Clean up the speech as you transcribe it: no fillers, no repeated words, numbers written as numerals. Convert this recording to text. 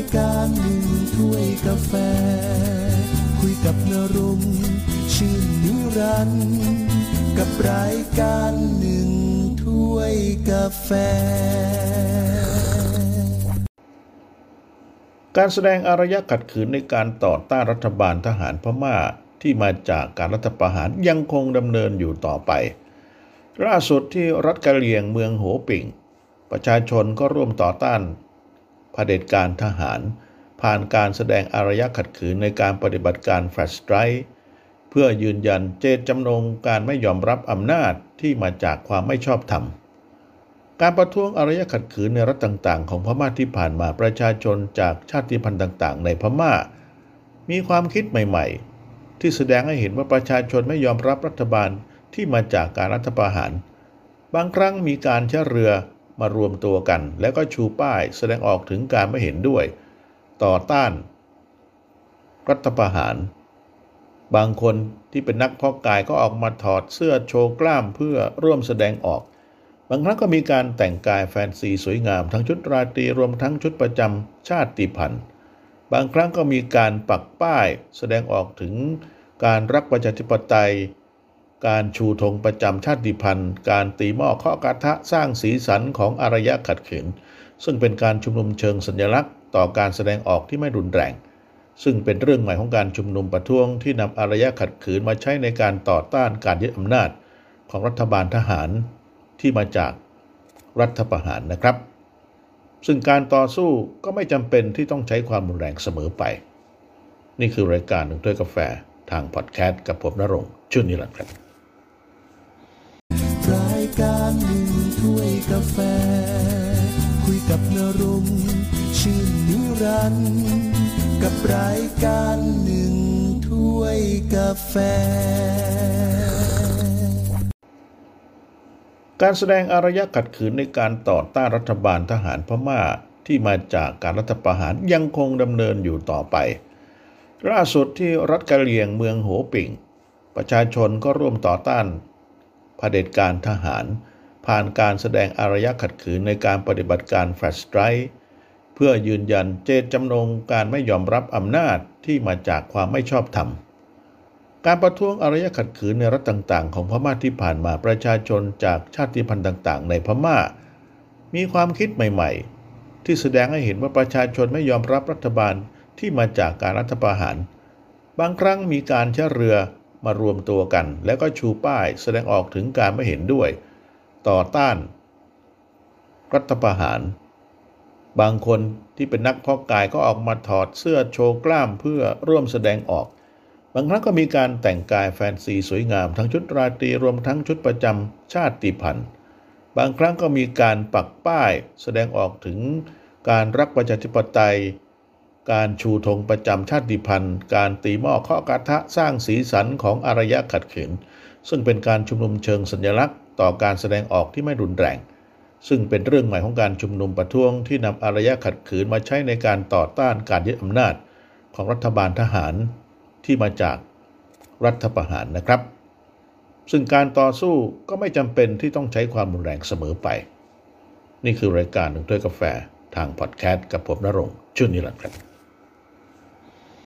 การหนึ่งถ้วยกาแฟคุยกับณรงค์ชื่นนิรันดร์กับรายการหนึ่งถ้วยกาแฟการแสดงอารยะขัดขืนในการต่อต้านรัฐบาลทหารพม่าที่มาจากการรัฐประหารยังคงดำเนินอยู่ต่อไปล่าสุดที่รัฐกะเหรี่ยงเมืองโหปิ่งประชาชนก็ร่วมต่อต้านเผด็จการทหารผ่านการแสดงอารยะขัดขืนในการปฏิบัติการแฟลชสไตรค์เพื่อยืนยันเจตจำนงการไม่ยอมรับอำนาจที่มาจากความไม่ชอบธรรมการประท้วงอารยะขัดขืนในรัฐต่างๆของพม่าที่ผ่านมาประชาชนจากชาติพันธุ์ต่างๆในพม่ามีความคิดใหม่ๆที่แสดงให้เห็นว่าประชาชนไม่ยอมรับรัฐบาลที่มาจากการรัฐประหารบางครั้งมีการใช้เรือมารวมตัวกันแล้วก็ชูป้ายแสดงออกถึงการไม่เห็นด้วยต่อต้านรัฐประหารบางคนที่เป็นนักเพาะกายก็ออกมาถอดเสื้อโชว์กล้ามเพื่อร่วมแสดงออกบางครั้งก็มีการแต่งกายแฟนซีสวยงามทั้งชุดราตรีรวมทั้งชุดประจำชาติพันธุ์บางครั้งก็มีการปักป้ายแสดงออกถึงการรักประชาธิปไตยการชูธงประจำชาติพันธุ์การตีหม้อเคาะกระทะสร้างสีสันของอารยะขัดขืนซึ่งเป็นการชุมนุมเชิงสัญลักษณ์ต่อการแสดงออกที่ไม่รุนแรงซึ่งเป็นเรื่องใหม่ของการชุมนุมประท้วงที่นำอารยะขัดขืนมาใช้ในการต่อต้านการยึดอำนาจของรัฐบาลทหารที่มาจากรัฐประหารนะครับซึ่งการต่อสู้ก็ไม่จำเป็นที่ต้องใช้ความรุนแรงเสมอไปนี่คือรายการหนึ่งถ้วยกาแฟทางพอดแคสต์กับผมณรงค์ชื่นนิรันดร์ครับรายการหนึ่งถ้วยกาแฟคุยกับณรงค์ชื่นนิรันดร์กับรายการหนึ่งถ้วยกาแฟการแสดงอารยะขัดขืนในการต่อต้านรัฐบาลทหารพม่าที่มาจากการรัฐประหารยังคงดำเนินอยู่ต่อไปล่าสุดที่รัฐกะเหรี่ยงเมืองโหปิ่งประชาชนก็ร่วมต่อต้านเผด็จการทหารผ่านการแสดงอารยะขัดขืนในการปฏิบัติการแฟลชสไตรค์เพื่อยืนยันเจตจำนงการไม่ยอมรับอำนาจที่มาจากความไม่ชอบธรรมการประท้วงอารยะขัดขืนในรัฐต่างๆของพม่าที่ผ่านมาประชาชนจากชาติพันธุ์ต่างๆในพม่ามีความคิดใหม่ๆที่แสดงให้เห็นว่าประชาชนไม่ยอมรับรัฐบาลที่มาจากการรัฐประหารบางครั้งมีการใช้เรือมารวมตัวกันแล้วก็ชูป้ายแสดงออกถึงการไม่เห็นด้วยต่อต้านรัฐประหารบางคนที่เป็นนักเพาะกายก็ออกมาถอดเสื้อโชว์กล้ามเพื่อร่วมแสดงออกบางครั้งก็มีการแต่งกายแฟนซีสวยงามทั้งชุดราตรีรวมทั้งชุดประจำชาติพันธุ์บางครั้งก็มีการปักป้ายแสดงออกถึงการรักประชาธิปไตยการชูธงประจำชาติพันธุ์การตีหม้อเคาะกระทะสร้างสีสันของอารยะขัดขืนซึ่งเป็นการชุมนุมเชิงสัญลักษณ์ต่อการแสดงออกที่ไม่รุนแรงซึ่งเป็นเรื่องใหม่ของการชุมนุมประท้วงที่นำอารยะขัดขืนมาใช้ในการต่อต้านการยึดอำนาจของรัฐบาลทหารที่มาจากรัฐประหารนะครับซึ่งการต่อสู้ก็ไม่จำเป็นที่ต้องใช้ความรุนแรงเสมอไปนี่คือรายการหนึ่งถ้วยกาแฟทางพอดแคสต์กับผมณรงค์ชื่นนิรันดร์ครับ